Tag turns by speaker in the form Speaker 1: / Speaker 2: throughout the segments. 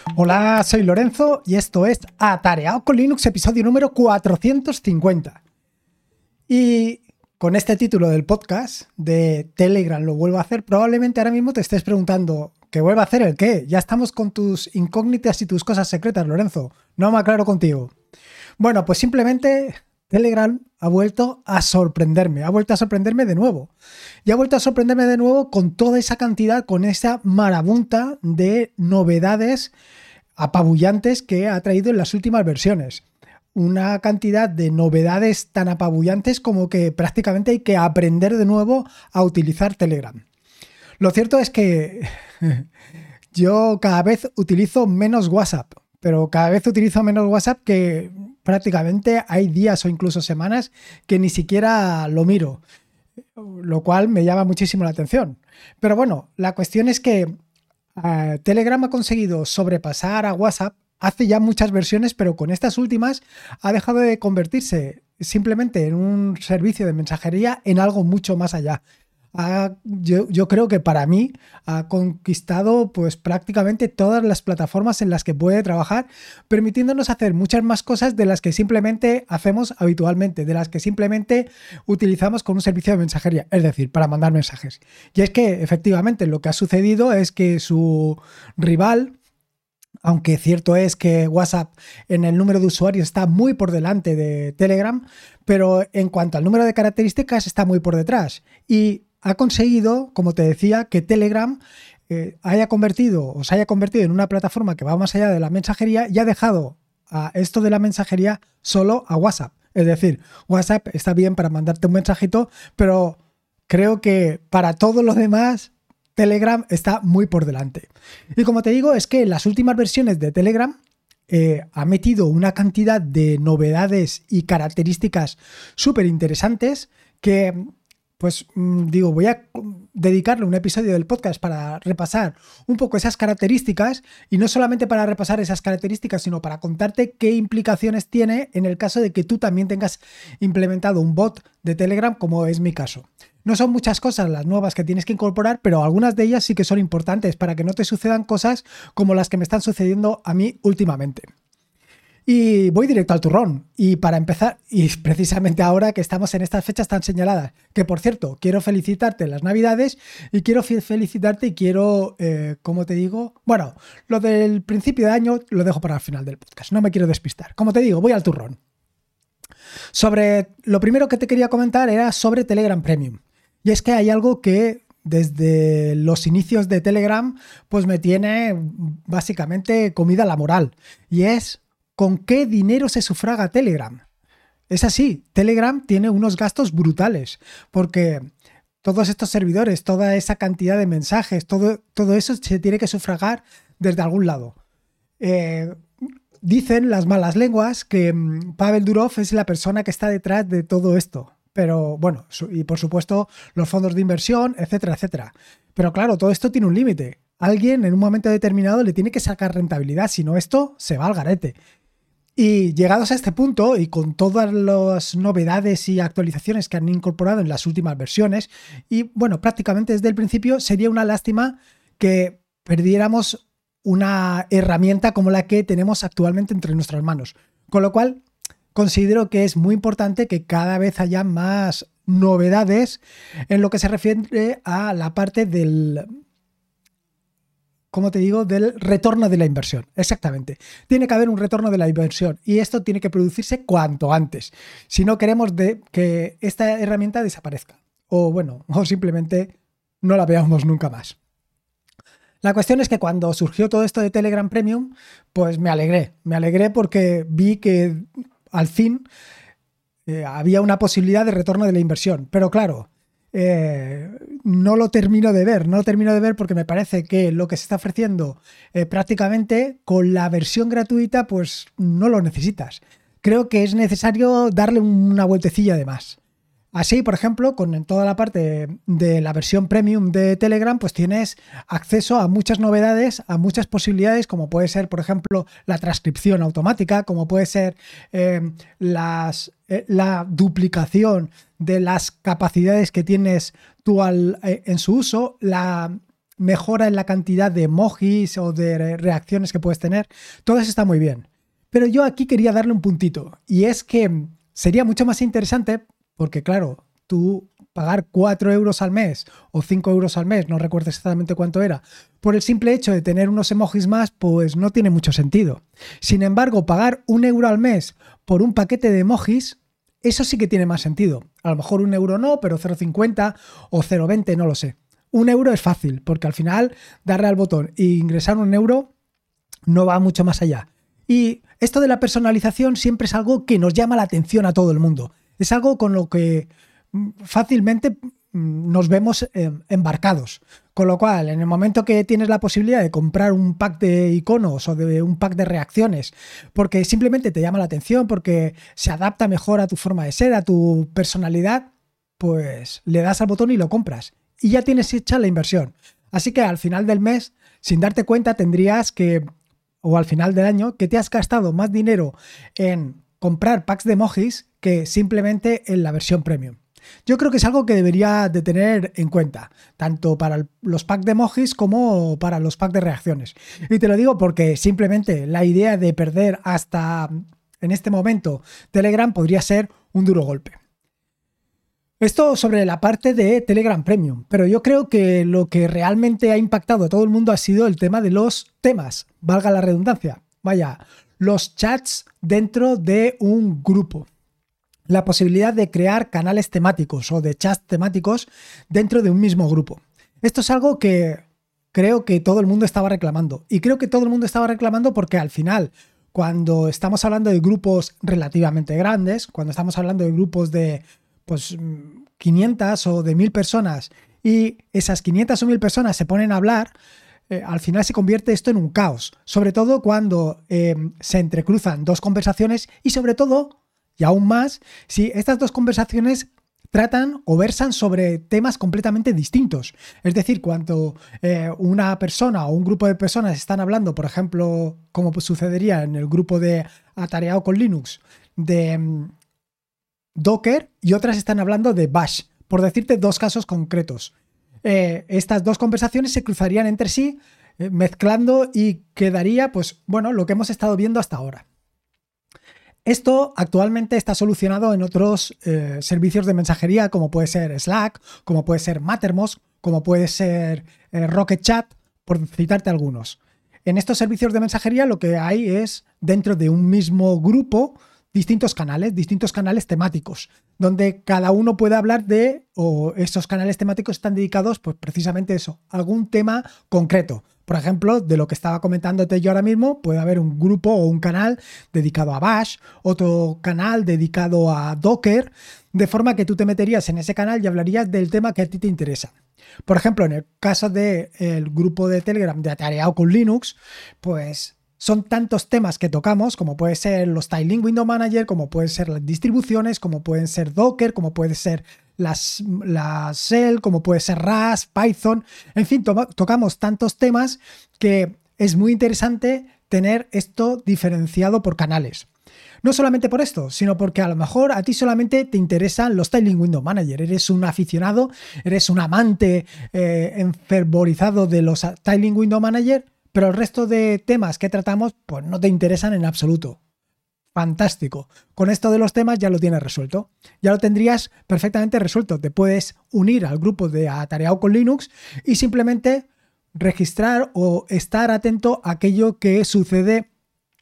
Speaker 1: Hola, soy Lorenzo y esto es Atareado con Linux, episodio número 450. Y con este título del podcast de Telegram lo vuelvo a hacer, probablemente ahora mismo te estés preguntando ¿que vuelva a hacer el qué? Ya estamos con tus incógnitas y tus cosas secretas, Lorenzo. No me aclaro contigo. Bueno, pues simplemente Telegram ha vuelto a sorprenderme de nuevo. Y ha vuelto a sorprenderme de nuevo con toda esa cantidad, con esa marabunta de novedades apabullantes que ha traído en las últimas versiones. Una cantidad de novedades tan apabullantes como que prácticamente hay que aprender de nuevo a utilizar Telegram. Lo cierto es que yo cada vez utilizo menos WhatsApp, pero cada vez utilizo menos WhatsApp que prácticamente hay días o incluso semanas que ni siquiera lo miro, lo cual me llama muchísimo la atención. Pero bueno, la cuestión es que Telegram ha conseguido sobrepasar a WhatsApp hace ya muchas versiones, pero con estas últimas ha dejado de convertirse simplemente en un servicio de mensajería en algo mucho más allá. Yo creo que para mí ha conquistado pues prácticamente todas las plataformas en las que puede trabajar, permitiéndonos hacer muchas más cosas de las que simplemente hacemos habitualmente, de las que simplemente utilizamos con un servicio de mensajería, es decir, para mandar mensajes. Y es que efectivamente lo que ha sucedido es que su rival, aunque cierto es que WhatsApp en el número de usuarios está muy por delante de Telegram, pero en cuanto al número de características está muy por detrás. Y ha conseguido, como te decía, que Telegram se haya convertido en una plataforma que va más allá de la mensajería y ha dejado a esto de la mensajería solo a WhatsApp. Es decir, WhatsApp está bien para mandarte un mensajito, pero creo que para todo lo demás Telegram está muy por delante. Y como te digo, es que en las últimas versiones de Telegram ha metido una cantidad de novedades y características súper interesantes que, pues digo, voy a dedicarle un episodio del podcast para repasar un poco esas características, y no solamente para repasar esas características, sino para contarte qué implicaciones tiene en el caso de que tú también tengas implementado un bot de Telegram, como es mi caso. No son muchas cosas las nuevas que tienes que incorporar, pero algunas de ellas sí que son importantes para que no te sucedan cosas como las que me están sucediendo a mí últimamente. Y voy directo al turrón. Y para empezar, y precisamente ahora que estamos en estas fechas tan señaladas, que por cierto, quiero felicitarte en las Navidades y quiero felicitarte y quiero, ¿cómo te digo? Bueno, lo del principio de año lo dejo para el final del podcast, no me quiero despistar. Como te digo, voy al turrón. Lo primero que te quería comentar era sobre Telegram Premium. Y es que hay algo que desde los inicios de Telegram pues me tiene básicamente comida la moral. Y es ¿con qué dinero se sufraga Telegram? Es así, Telegram tiene unos gastos brutales porque todos estos servidores, toda esa cantidad de mensajes, todo eso se tiene que sufragar desde algún lado. Dicen las malas lenguas que Pavel Durov es la persona que está detrás de todo esto. Pero bueno, y por supuesto los fondos de inversión, etcétera, etcétera. Pero claro, todo esto tiene un límite. Alguien en un momento determinado le tiene que sacar rentabilidad, si no esto se va al garete. Y llegados a este punto, y con todas las novedades y actualizaciones que han incorporado en las últimas versiones, y bueno, prácticamente desde el principio, sería una lástima que perdiéramos una herramienta como la que tenemos actualmente entre nuestras manos. Con lo cual, considero que es muy importante que cada vez haya más novedades en lo que se refiere a la parte del, ¿cómo te digo?, del retorno de la inversión. Exactamente. Tiene que haber un retorno de la inversión y esto tiene que producirse cuanto antes. Si no queremos que esta herramienta desaparezca o simplemente no la veamos nunca más. La cuestión es que cuando surgió todo esto de Telegram Premium, pues me alegré porque vi que al fin había una posibilidad de retorno de la inversión. Pero claro, no lo termino de ver porque me parece que lo que se está ofreciendo prácticamente con la versión gratuita pues no lo necesitas. Creo que es necesario darle una vueltecilla de más. Así, por ejemplo, con toda la parte de la versión premium de Telegram, pues tienes acceso a muchas novedades, a muchas posibilidades, como puede ser, por ejemplo, la transcripción automática, como puede ser la duplicación de las capacidades que tienes tú en su uso, la mejora en la cantidad de emojis o de reacciones que puedes tener, todo eso está muy bien. Pero yo aquí quería darle un puntito, y es que sería mucho más interesante porque, claro, tú pagar 4 euros al mes o 5 euros al mes, no recuerdo exactamente cuánto era, por el simple hecho de tener unos emojis más, pues no tiene mucho sentido. Sin embargo, pagar 1 euro al mes por un paquete de emojis, eso sí que tiene más sentido. A lo mejor 1 euro no, pero 0,50 o 0,20, no lo sé. 1 euro es fácil, porque al final darle al botón e ingresar 1 euro no va mucho más allá. Y esto de la personalización siempre es algo que nos llama la atención a todo el mundo. Es algo con lo que fácilmente nos vemos embarcados. Con lo cual, en el momento que tienes la posibilidad de comprar un pack de iconos o de un pack de reacciones, porque simplemente te llama la atención, porque se adapta mejor a tu forma de ser, a tu personalidad, pues le das al botón y lo compras. Y ya tienes hecha la inversión. Así que al final del mes, sin darte cuenta, tendrías que, o al final del año, que te has gastado más dinero en comprar packs de emojis que simplemente en la versión premium. Yo creo que es algo que debería de tener en cuenta, tanto para los packs de emojis como para los packs de reacciones. Y te lo digo porque simplemente la idea de perder hasta en este momento Telegram podría ser un duro golpe. Esto sobre la parte de Telegram Premium, pero yo creo que lo que realmente ha impactado a todo el mundo ha sido el tema de los temas, valga la redundancia. Vaya, los chats dentro de un grupo. La posibilidad de crear canales temáticos o de chats temáticos dentro de un mismo grupo. Esto es algo que creo que todo el mundo estaba reclamando. Y creo que todo el mundo estaba reclamando porque al final, cuando estamos hablando de grupos relativamente grandes, cuando estamos hablando de grupos de 500 o de 1000 personas y esas 500 o 1000 personas se ponen a hablar, al final se convierte esto en un caos. Sobre todo cuando se entrecruzan dos conversaciones y sobre todo, y aún más, si estas dos conversaciones tratan o versan sobre temas completamente distintos. Es decir, cuando una persona o un grupo de personas están hablando, por ejemplo, como sucedería en el grupo de Atareado con Linux, de Docker, y otras están hablando de Bash, por decirte dos casos concretos. Estas dos conversaciones se cruzarían entre sí, mezclando y quedaría, pues bueno, lo que hemos estado viendo hasta ahora. Esto actualmente está solucionado en otros servicios de mensajería, como puede ser Slack, como puede ser Mattermost, como puede ser Rocket Chat, por citarte algunos. En estos servicios de mensajería lo que hay es, dentro de un mismo grupo, distintos canales temáticos, donde cada uno puede hablar de, o estos canales temáticos están dedicados, pues precisamente eso, a algún tema concreto. Por ejemplo, de lo que estaba comentándote yo ahora mismo, puede haber un grupo o un canal dedicado a Bash, otro canal dedicado a Docker, de forma que tú te meterías en ese canal y hablarías del tema que a ti te interesa. Por ejemplo, en el caso del grupo de Telegram de Atareado con Linux, pues son tantos temas que tocamos, como puede ser los Tiling Window Manager, como pueden ser las distribuciones, como pueden ser Docker, como puede ser las Shell, como puede ser Rust, Python, en fin, tocamos tantos temas que es muy interesante tener esto diferenciado por canales. No solamente por esto, sino porque a lo mejor a ti solamente te interesan los Tiling Window Manager. Eres un aficionado, eres un amante enfervorizado de los Tiling Window Manager, pero el resto de temas que tratamos pues no te interesan en absoluto. Fantástico. Con esto de los temas ya lo tienes resuelto. Ya lo tendrías perfectamente resuelto. Te puedes unir al grupo de Atareado con Linux y simplemente registrar o estar atento a aquello que sucede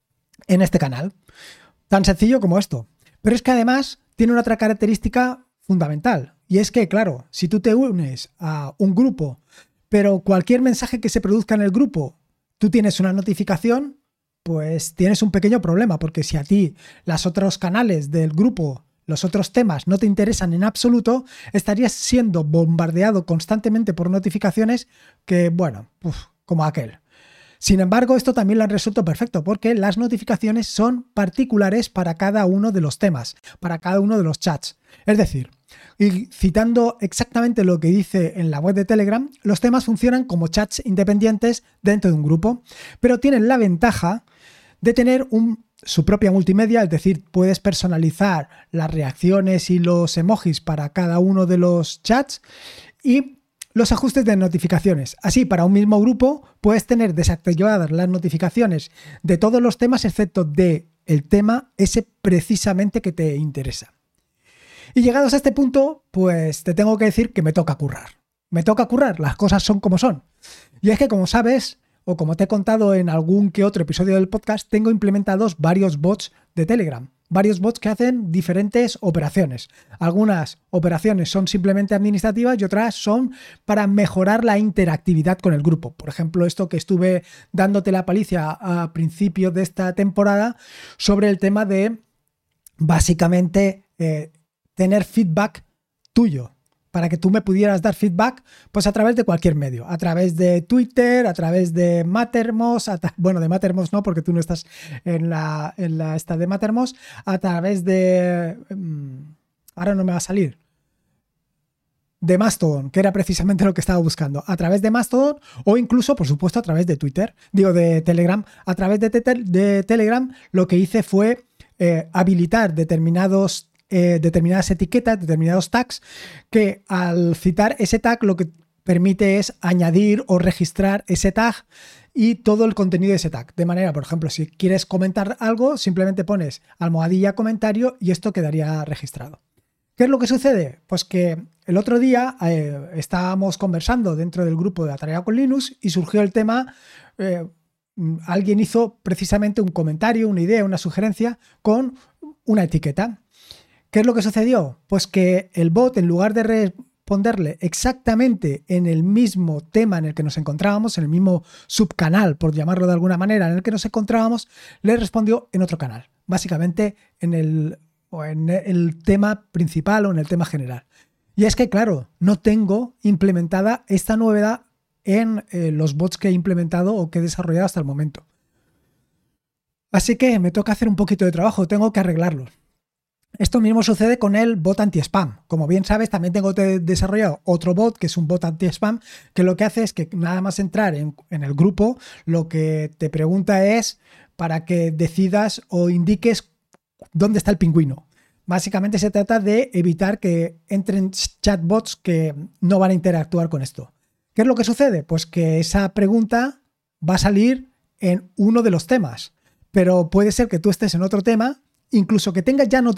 Speaker 1: en este canal. Tan sencillo como esto. Pero es que además tiene una otra característica fundamental. Y es que, claro, si tú te unes a un grupo, pero cualquier mensaje que se produzca en el grupo, tú tienes una notificación, pues tienes un pequeño problema, porque si a ti los otros canales del grupo, los otros temas no te interesan en absoluto, estarías siendo bombardeado constantemente por notificaciones que, bueno, como aquel. Sin embargo, esto también lo han resuelto perfecto, porque las notificaciones son particulares para cada uno de los temas, para cada uno de los chats. Es decir, y citando exactamente lo que dice en la web de Telegram, los temas funcionan como chats independientes dentro de un grupo, pero tienen la ventaja de tener su propia multimedia, es decir, puedes personalizar las reacciones y los emojis para cada uno de los chats y los ajustes de notificaciones. Así, para un mismo grupo puedes tener desactivadas las notificaciones de todos los temas excepto de el tema ese precisamente que te interesa. Y llegados a este punto, pues te tengo que decir que me toca currar. Me toca currar, las cosas son como son. Y es que, como sabes, o como te he contado en algún que otro episodio del podcast, tengo implementados varios bots de Telegram. Varios bots que hacen diferentes operaciones. Algunas operaciones son simplemente administrativas y otras son para mejorar la interactividad con el grupo. Por ejemplo, esto que estuve dándote la paliza a principios de esta temporada sobre el tema de, básicamente, tener feedback tuyo, para que tú me pudieras dar feedback pues a través de cualquier medio, a través de Twitter, a través de Mattermost, bueno, de Mattermost no, porque tú no estás en la esta de Mattermost, a través de ahora no me va a salir, de Mastodon, que era precisamente lo que estaba buscando, a través de Mastodon o incluso, por supuesto, a través de Twitter, de Telegram. A través de Telegram lo que hice fue habilitar determinadas etiquetas, determinados tags, que al citar ese tag lo que permite es añadir o registrar ese tag y todo el contenido de ese tag. De manera, por ejemplo, si quieres comentar algo, simplemente pones almohadilla comentario y esto quedaría registrado. ¿Qué es lo que sucede? Pues que el otro día estábamos conversando dentro del grupo de Atareado con Linux y surgió el tema, alguien hizo precisamente un comentario, una idea, una sugerencia con una etiqueta. ¿Qué es lo que sucedió? Pues que el bot, en lugar de responderle exactamente en el mismo tema en el que nos encontrábamos, en el mismo subcanal, por llamarlo de alguna manera, en el que nos encontrábamos, le respondió en otro canal, básicamente en el tema principal o en el tema general. Y es que, claro, no tengo implementada esta novedad en los bots que he implementado o que he desarrollado hasta el momento. Así que me toca hacer un poquito de trabajo, tengo que arreglarlo. Esto mismo sucede con el bot anti-spam. Como bien sabes, también tengo desarrollado otro bot que es un bot anti-spam, que lo que hace es que nada más entrar en el grupo, lo que te pregunta es para que decidas o indiques dónde está el pingüino. Básicamente se trata de evitar que entren chatbots que no van a interactuar con esto. ¿Qué es lo que sucede? Pues que esa pregunta va a salir en uno de los temas, pero puede ser que tú estés en otro tema, incluso que tengas ya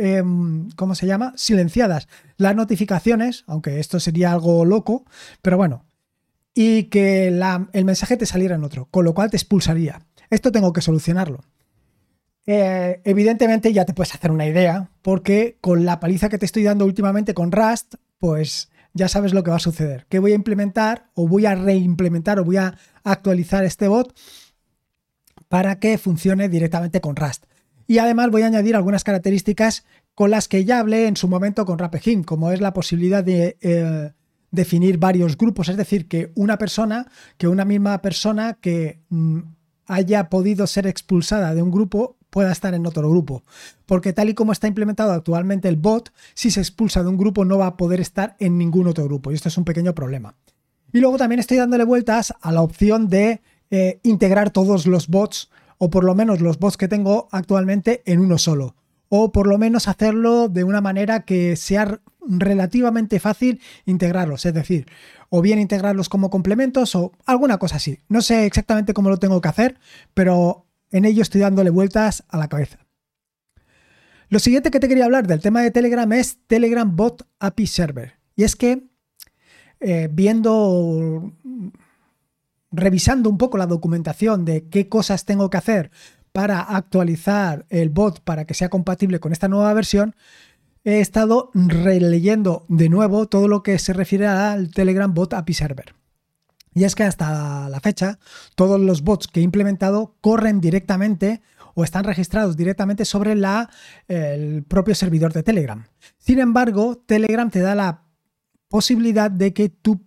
Speaker 1: silenciadas las notificaciones, aunque esto sería algo loco, pero bueno, y que el mensaje te saliera en otro, con lo cual te expulsaría. Esto tengo que solucionarlo. Evidentemente ya te puedes hacer una idea, porque con la paliza que te estoy dando últimamente con Rust, pues ya sabes lo que va a suceder, que voy a implementar o voy a reimplementar o voy a actualizar este bot para que funcione directamente con Rust. Y además voy a añadir algunas características con las que ya hablé en su momento con Rapegin, como es la posibilidad de definir varios grupos, es decir, que una misma persona que haya podido ser expulsada de un grupo pueda estar en otro grupo, porque tal y como está implementado actualmente el bot, si se expulsa de un grupo no va a poder estar en ningún otro grupo, y esto es un pequeño problema. Y luego también estoy dándole vueltas a la opción de integrar todos los bots, o por lo menos los bots que tengo actualmente, en uno solo, o por lo menos hacerlo de una manera que sea relativamente fácil integrarlos, es decir, o bien integrarlos como complementos o alguna cosa así. No sé exactamente cómo lo tengo que hacer, pero en ello estoy dándole vueltas a la cabeza. Lo siguiente que te quería hablar del tema de Telegram es Telegram Bot API Server. Y es que revisando un poco la documentación de qué cosas tengo que hacer para actualizar el bot para que sea compatible con esta nueva versión, he estado releyendo de nuevo todo lo que se refiere al Telegram Bot API Server. Y es que hasta la fecha todos los bots que he implementado corren directamente o están registrados directamente sobre el propio servidor de Telegram. Sin embargo, Telegram te da la posibilidad de que tú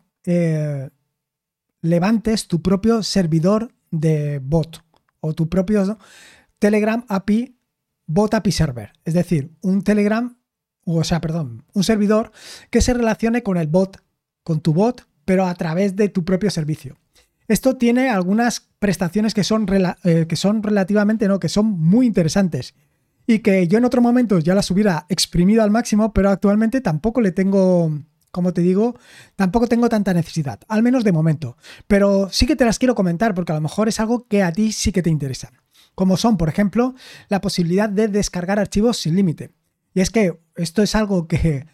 Speaker 1: levantes tu propio servidor de bot o tu propio Telegram API Bot API Server, es decir, un servidor que se relacione con el bot, con tu bot, pero a través de tu propio servicio. Esto tiene algunas prestaciones que son muy interesantes y que yo en otro momento ya las hubiera exprimido al máximo, pero actualmente tampoco le tengo como te digo, tampoco tengo tanta necesidad, al menos de momento. Pero sí que te las quiero comentar porque a lo mejor es algo que a ti sí que te interesa. Como son, por ejemplo, la posibilidad de descargar archivos sin límite. Y es que esto es algo que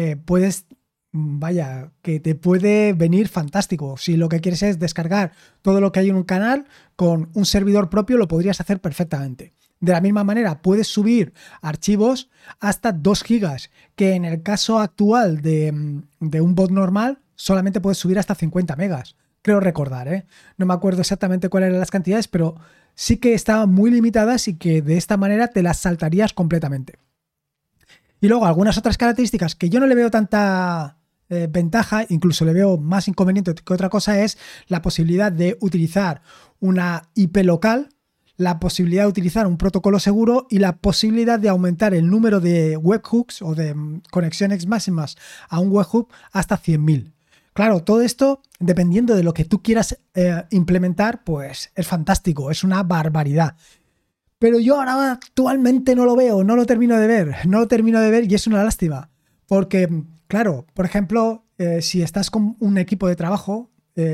Speaker 1: que te puede venir fantástico. Si lo que quieres es descargar todo lo que hay en un canal, con un servidor propio lo podrías hacer perfectamente. De la misma manera, puedes subir archivos hasta 2 gigas, que en el caso actual de un bot normal solamente puedes subir hasta 50 megas. Creo recordar, ¿eh? No me acuerdo exactamente cuáles eran las cantidades, pero sí que estaban muy limitadas y que de esta manera te las saltarías completamente. Y luego algunas otras características que yo no le veo tanta ventaja, incluso le veo más inconveniente que otra cosa, es la posibilidad de utilizar una IP local, la posibilidad de utilizar un protocolo seguro y la posibilidad de aumentar el número de webhooks o de conexiones máximas a un webhook hasta 100.000. Claro, todo esto, dependiendo de lo que tú quieras implementar, pues es fantástico, es una barbaridad. Pero yo ahora actualmente no lo veo, no lo termino de ver y es una lástima. Porque, claro, por ejemplo, si estás con un equipo de trabajo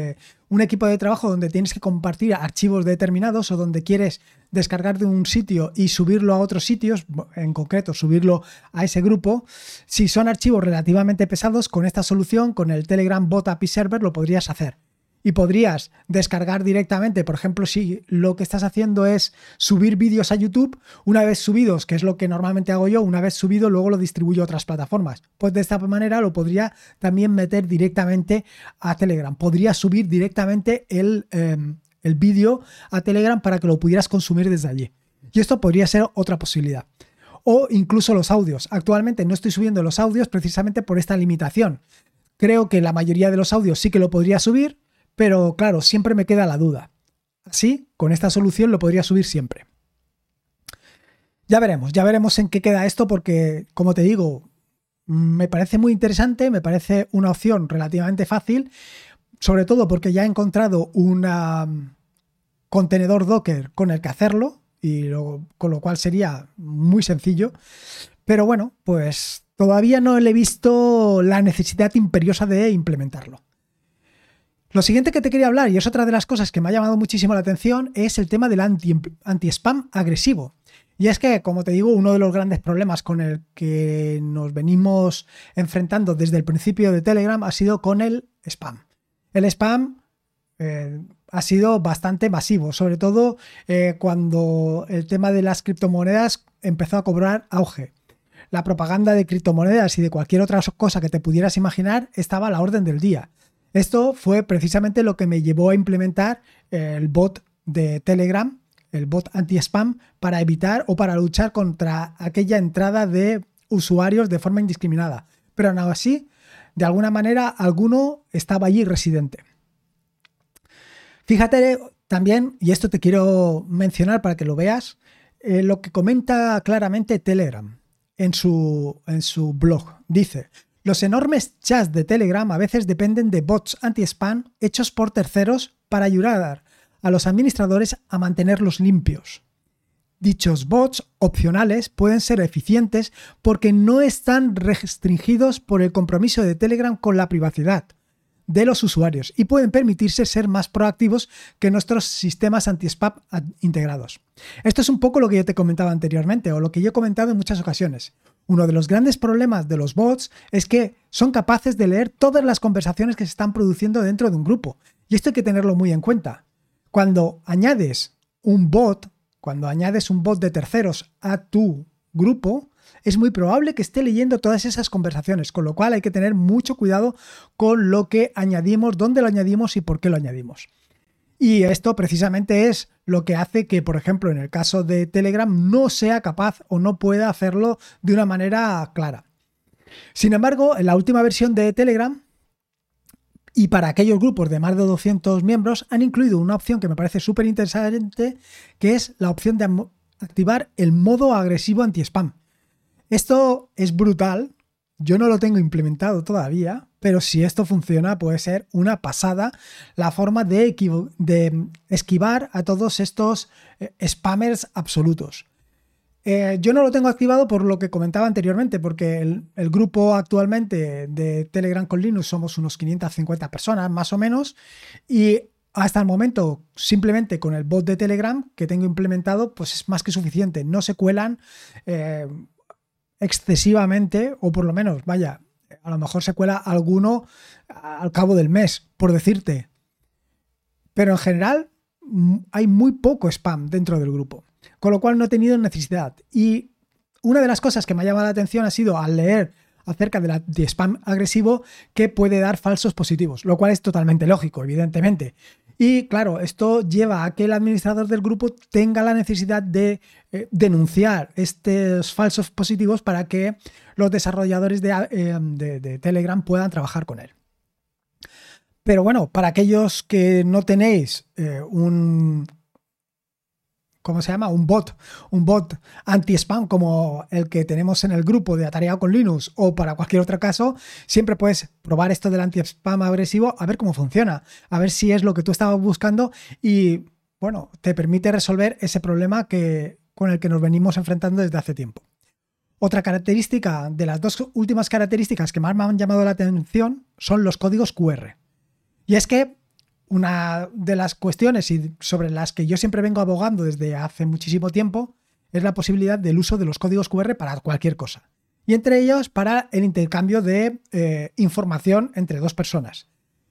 Speaker 1: donde tienes que compartir archivos determinados o donde quieres descargar de un sitio y subirlo a otros sitios, en concreto subirlo a ese grupo, si son archivos relativamente pesados, con esta solución, con el Telegram Bot API Server, lo podrías hacer. Y podrías descargar directamente, por ejemplo, si lo que estás haciendo es subir vídeos a YouTube, una vez subidos, que es lo que normalmente hago yo, una vez subido luego lo distribuyo a otras plataformas. Pues de esta manera lo podría también meter directamente a Telegram. Podría subir directamente el vídeo a Telegram para que lo pudieras consumir desde allí. Y esto podría ser otra posibilidad. O incluso los audios. Actualmente no estoy subiendo los audios precisamente por esta limitación. Creo que la mayoría de los audios sí que lo podría subir, pero claro, siempre me queda la duda. Así, con esta solución lo podría subir siempre. Ya veremos en qué queda esto porque, como te digo, me parece muy interesante, me parece una opción relativamente fácil, sobre todo porque ya he encontrado un contenedor Docker con el que hacerlo, con lo cual sería muy sencillo. Pero bueno, pues todavía no le he visto la necesidad imperiosa de implementarlo. Lo siguiente que te quería hablar, y es otra de las cosas que me ha llamado muchísimo la atención, es el tema del anti-spam agresivo. Y es que, como te digo, uno de los grandes problemas con el que nos venimos enfrentando desde el principio de Telegram ha sido con el spam. El spam ha sido bastante masivo, sobre todo cuando el tema de las criptomonedas empezó a cobrar auge. La propaganda de criptomonedas y de cualquier otra cosa que te pudieras imaginar estaba a la orden del día. Esto fue precisamente lo que me llevó a implementar el bot de Telegram, el bot anti-spam, para evitar o para luchar contra aquella entrada de usuarios de forma indiscriminada. Pero aún así, de alguna manera, alguno estaba allí residente. Fíjate también, y esto te quiero mencionar para que lo veas, lo que comenta claramente Telegram en su blog. Dice: los enormes chats de Telegram a veces dependen de bots anti-spam hechos por terceros para ayudar a los administradores a mantenerlos limpios. Dichos bots opcionales pueden ser eficientes porque no están restringidos por el compromiso de Telegram con la privacidad de los usuarios y pueden permitirse ser más proactivos que nuestros sistemas anti-spam integrados. Esto es un poco lo que yo te comentaba anteriormente o lo que yo he comentado en muchas ocasiones. Uno de los grandes problemas de los bots es que son capaces de leer todas las conversaciones que se están produciendo dentro de un grupo. Y esto hay que tenerlo muy en cuenta. Cuando añades un bot de terceros a tu grupo, es muy probable que esté leyendo todas esas conversaciones, con lo cual hay que tener mucho cuidado con lo que añadimos, dónde lo añadimos y por qué lo añadimos. Y esto precisamente es lo que hace que, por ejemplo, en el caso de Telegram no sea capaz o no pueda hacerlo de una manera clara. Sin embargo, en la última versión de Telegram, y para aquellos grupos de más de 200 miembros, han incluido una opción que me parece súper interesante, que es la opción de activar el modo agresivo anti-spam. Esto es brutal. Yo no lo tengo implementado todavía, pero si esto funciona puede ser una pasada la forma de esquivar a todos estos spammers absolutos. Yo no lo tengo activado por lo que comentaba anteriormente, porque el grupo actualmente de Telegram con Linux somos unos 550 personas más o menos, y hasta el momento simplemente con el bot de Telegram que tengo implementado pues es más que suficiente. No se cuelan excesivamente, o por lo menos, vaya, a lo mejor se cuela alguno al cabo del mes, por decirte. Pero en general hay muy poco spam dentro del grupo, con lo cual no he tenido necesidad. Y una de las cosas que me ha llamado la atención ha sido al leer acerca de spam agresivo que puede dar falsos positivos, lo cual es totalmente lógico, evidentemente. Y claro, esto lleva a que el administrador del grupo tenga la necesidad de denunciar estos falsos positivos para que los desarrolladores de Telegram puedan trabajar con él. Pero bueno, para aquellos que no tenéis ¿cómo se llama? Un bot anti-spam como el que tenemos en el grupo de Atareado con Linux, o para cualquier otro caso, siempre puedes probar esto del anti-spam agresivo a ver cómo funciona, a ver si es lo que tú estabas buscando y, bueno, te permite resolver ese problema con el que nos venimos enfrentando desde hace tiempo. Otra característica, de las dos últimas características que más me han llamado la atención, son los códigos QR. Y es que una de las cuestiones sobre las que yo siempre vengo abogando desde hace muchísimo tiempo es la posibilidad del uso de los códigos QR para cualquier cosa. Y entre ellos para el intercambio de información entre dos personas.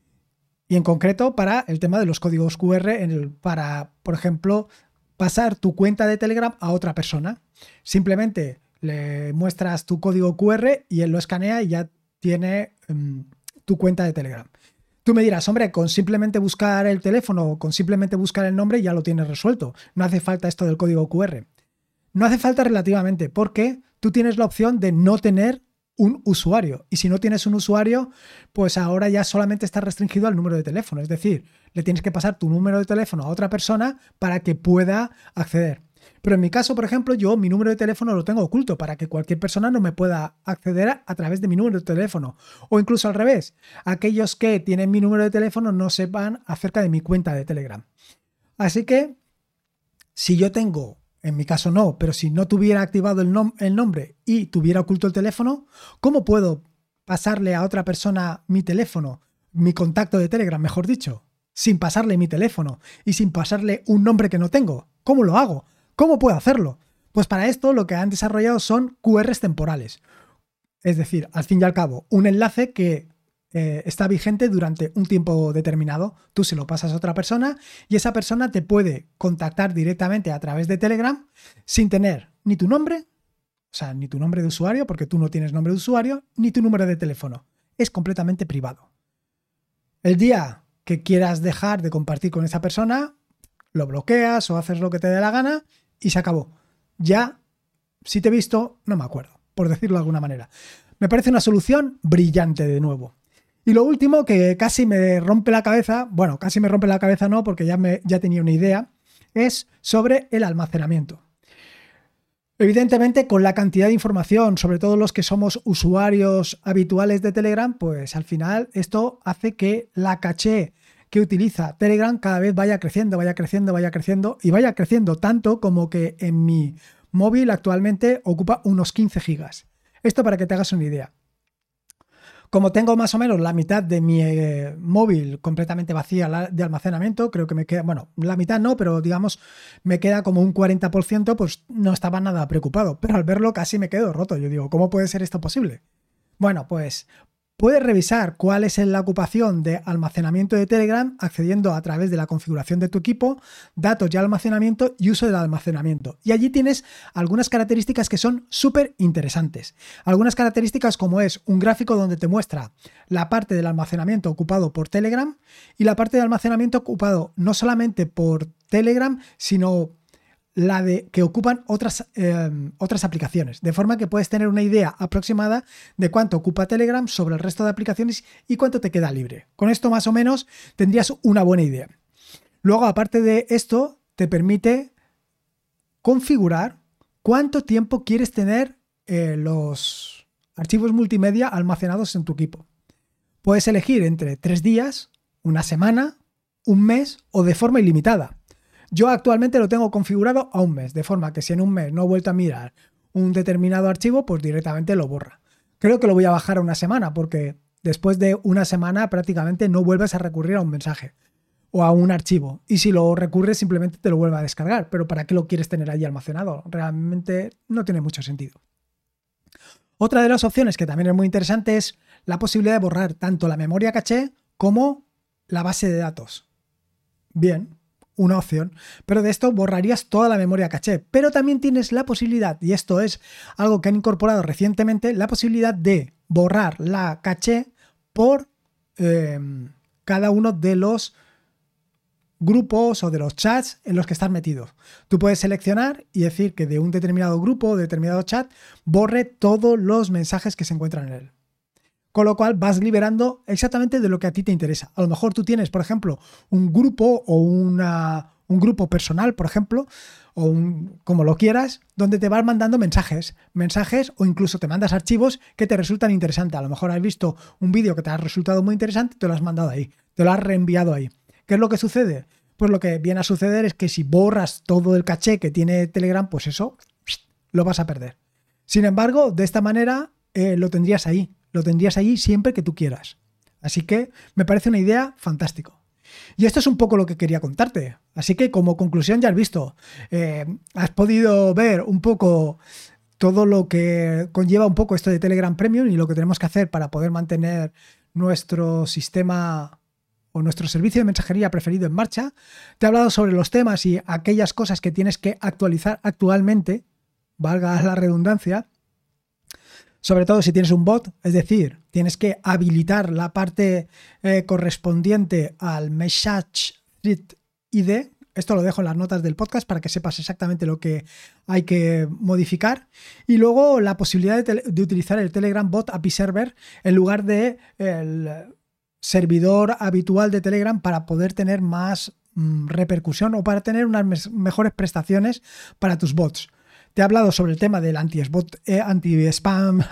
Speaker 1: Y en concreto para el tema de los códigos QR para, por ejemplo, pasar tu cuenta de Telegram a otra persona. Simplemente le muestras tu código QR y él lo escanea y ya tiene tu cuenta de Telegram. Tú me dirás, hombre, con simplemente buscar el teléfono o con simplemente buscar el nombre ya lo tienes resuelto. No hace falta esto del código QR. No hace falta relativamente, porque tú tienes la opción de no tener un usuario. Y si no tienes un usuario, pues ahora ya solamente está restringido al número de teléfono. Es decir, le tienes que pasar tu número de teléfono a otra persona para que pueda acceder. Pero en mi caso, por ejemplo, yo mi número de teléfono lo tengo oculto para que cualquier persona no me pueda acceder a través de mi número de teléfono. O incluso al revés, aquellos que tienen mi número de teléfono no sepan acerca de mi cuenta de Telegram. Así que, si yo tengo, en mi caso no, pero si no tuviera activado el nombre y tuviera oculto el teléfono, ¿cómo puedo pasarle a otra persona mi teléfono, mi contacto de Telegram, mejor dicho, sin pasarle mi teléfono y sin pasarle un nombre que no tengo? ¿Cómo lo hago? ¿Cómo puedo hacerlo? Pues para esto lo que han desarrollado son QRs temporales. Es decir, al fin y al cabo, un enlace que está vigente durante un tiempo determinado. Tú se lo pasas a otra persona y esa persona te puede contactar directamente a través de Telegram sin tener ni tu nombre, o sea, ni tu nombre de usuario, porque tú no tienes nombre de usuario, ni tu número de teléfono. Es completamente privado. El día que quieras dejar de compartir con esa persona, lo bloqueas o haces lo que te dé la gana y se acabó. Ya, si te he visto, no me acuerdo, por decirlo de alguna manera. Me parece una solución brillante de nuevo. Y lo último que casi me rompe la cabeza, bueno, casi me rompe la cabeza no, porque ya tenía una idea, es sobre el almacenamiento. Evidentemente, con la cantidad de información, sobre todo los que somos usuarios habituales de Telegram, pues al final esto hace que la caché que utiliza Telegram cada vez vaya creciendo y vaya creciendo tanto como que en mi móvil actualmente ocupa unos 15 gigas. Esto para que te hagas una idea. Como tengo más o menos la mitad de mi móvil completamente vacía de almacenamiento, creo que me queda, bueno, la mitad no, pero digamos me queda como un 40%, pues no estaba nada preocupado. Pero al verlo casi me quedo roto. Yo digo, ¿cómo puede ser esto posible? Bueno, pues puedes revisar cuál es la ocupación de almacenamiento de Telegram accediendo a través de la configuración de tu equipo, datos y almacenamiento y uso del almacenamiento. Y allí tienes algunas características que son súper interesantes. Algunas características como es un gráfico donde te muestra la parte del almacenamiento ocupado por Telegram y la parte de almacenamiento ocupado no solamente por Telegram, sino la de que ocupan otras aplicaciones, de forma que puedes tener una idea aproximada de cuánto ocupa Telegram sobre el resto de aplicaciones y cuánto te queda libre. Con esto más o menos tendrías una buena idea. Luego, aparte de esto, te permite configurar cuánto tiempo quieres tener los archivos multimedia almacenados en tu equipo. Puedes elegir entre 3 días, una semana, un mes o de forma ilimitada. Yo actualmente lo tengo configurado a un mes, de forma que si en un mes no he vuelto a mirar un determinado archivo, pues directamente lo borra. Creo que lo voy a bajar a una semana, porque después de una semana prácticamente no vuelves a recurrir a un mensaje o a un archivo. Y si lo recurres, simplemente te lo vuelve a descargar. Pero ¿para qué lo quieres tener ahí almacenado? Realmente no tiene mucho sentido. Otra de las opciones que también es muy interesante es la posibilidad de borrar tanto la memoria caché como la base de datos. Bien, una opción. Pero de esto borrarías toda la memoria caché. Pero también tienes la posibilidad, y esto es algo que han incorporado recientemente, la posibilidad de borrar la caché por cada uno de los grupos o de los chats en los que estás metido. Tú puedes seleccionar y decir que de un determinado grupo o determinado chat borre todos los mensajes que se encuentran en él. Con lo cual vas liberando exactamente de lo que a ti te interesa. A lo mejor tú tienes, por ejemplo, un grupo o un grupo personal, por ejemplo, o como lo quieras, donde te vas mandando mensajes o incluso te mandas archivos que te resultan interesantes. A lo mejor has visto un vídeo que te ha resultado muy interesante, te lo has mandado ahí, te lo has reenviado ahí. ¿Qué es lo que sucede? Pues lo que viene a suceder es que si borras todo el caché que tiene Telegram, pues eso lo vas a perder. Sin embargo, de esta manera lo tendrías ahí siempre que tú quieras. Así que me parece una idea fantástica. Y esto es un poco lo que quería contarte. Así que como conclusión ya has visto, has podido ver un poco todo lo que conlleva un poco esto de Telegram Premium y lo que tenemos que hacer para poder mantener nuestro sistema o nuestro servicio de mensajería preferido en marcha. Te he hablado sobre los temas y aquellas cosas que tienes que actualizar actualmente, valga la redundancia, sobre todo si tienes un bot, es decir, tienes que habilitar la parte correspondiente al Message Thread ID. Esto lo dejo en las notas del podcast para que sepas exactamente lo que hay que modificar. Y luego la posibilidad de utilizar el Telegram Bot API Server en lugar de el servidor habitual de Telegram para poder tener más repercusión o para tener unas mejores prestaciones para tus bots. Te he hablado sobre el tema del anti-spam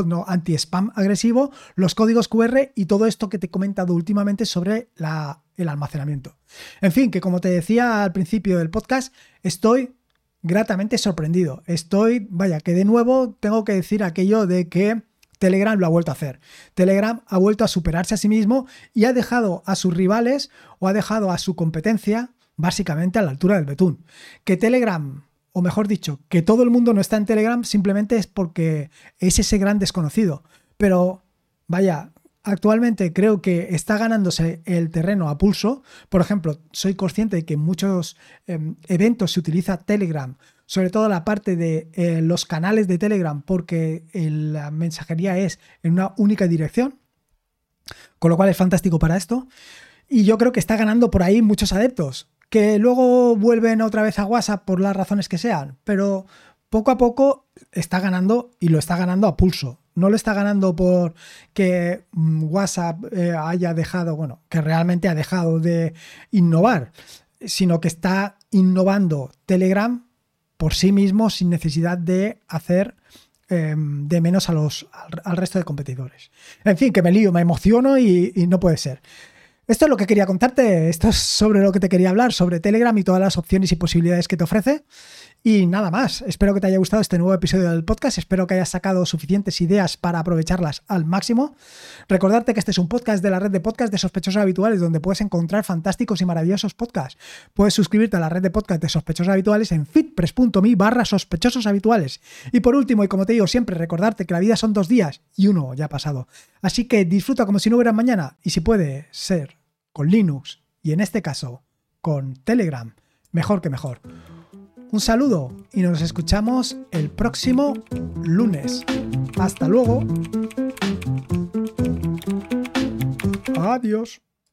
Speaker 1: agresivo, los códigos QR y todo esto que te he comentado últimamente sobre el almacenamiento. En fin, que como te decía al principio del podcast, estoy gratamente sorprendido. Que de nuevo tengo que decir aquello de que Telegram lo ha vuelto a hacer. Telegram ha vuelto a superarse a sí mismo y ha dejado a sus rivales o ha dejado a su competencia básicamente a la altura del betún. Que Telegram, o mejor dicho, que todo el mundo no está en Telegram simplemente es porque es ese gran desconocido. Pero actualmente creo que está ganándose el terreno a pulso. Por ejemplo, soy consciente de que en muchos eventos se utiliza Telegram, sobre todo la parte de los canales de Telegram, porque la mensajería es en una única dirección, con lo cual es fantástico para esto. Y yo creo que está ganando por ahí muchos adeptos, que luego vuelven otra vez a WhatsApp por las razones que sean, pero poco a poco está ganando y lo está ganando a pulso. No lo está ganando porque WhatsApp haya dejado, que realmente ha dejado de innovar, sino que está innovando Telegram por sí mismo sin necesidad de hacer de menos al resto de competidores. En fin, que me lío, me emociono y no puede ser. Esto es lo que quería contarte, esto es sobre lo que te quería hablar, sobre Telegram y todas las opciones y posibilidades que te ofrece. Y nada más, espero que te haya gustado este nuevo episodio del podcast, espero que hayas sacado suficientes ideas para aprovecharlas al máximo. Recordarte que este es un podcast de la red de podcasts de sospechosos habituales, donde puedes encontrar fantásticos y maravillosos podcasts. Puedes suscribirte a la red de podcasts de sospechosos habituales en feedpress.me/sospechosos habituales. Y por último, y como te digo siempre, recordarte que la vida son 2 días y uno ya ha pasado. Así que disfruta como si no hubiera mañana y si puede ser con Linux y en este caso con Telegram, mejor que mejor. Un saludo y nos escuchamos el próximo lunes. Hasta luego. Adiós.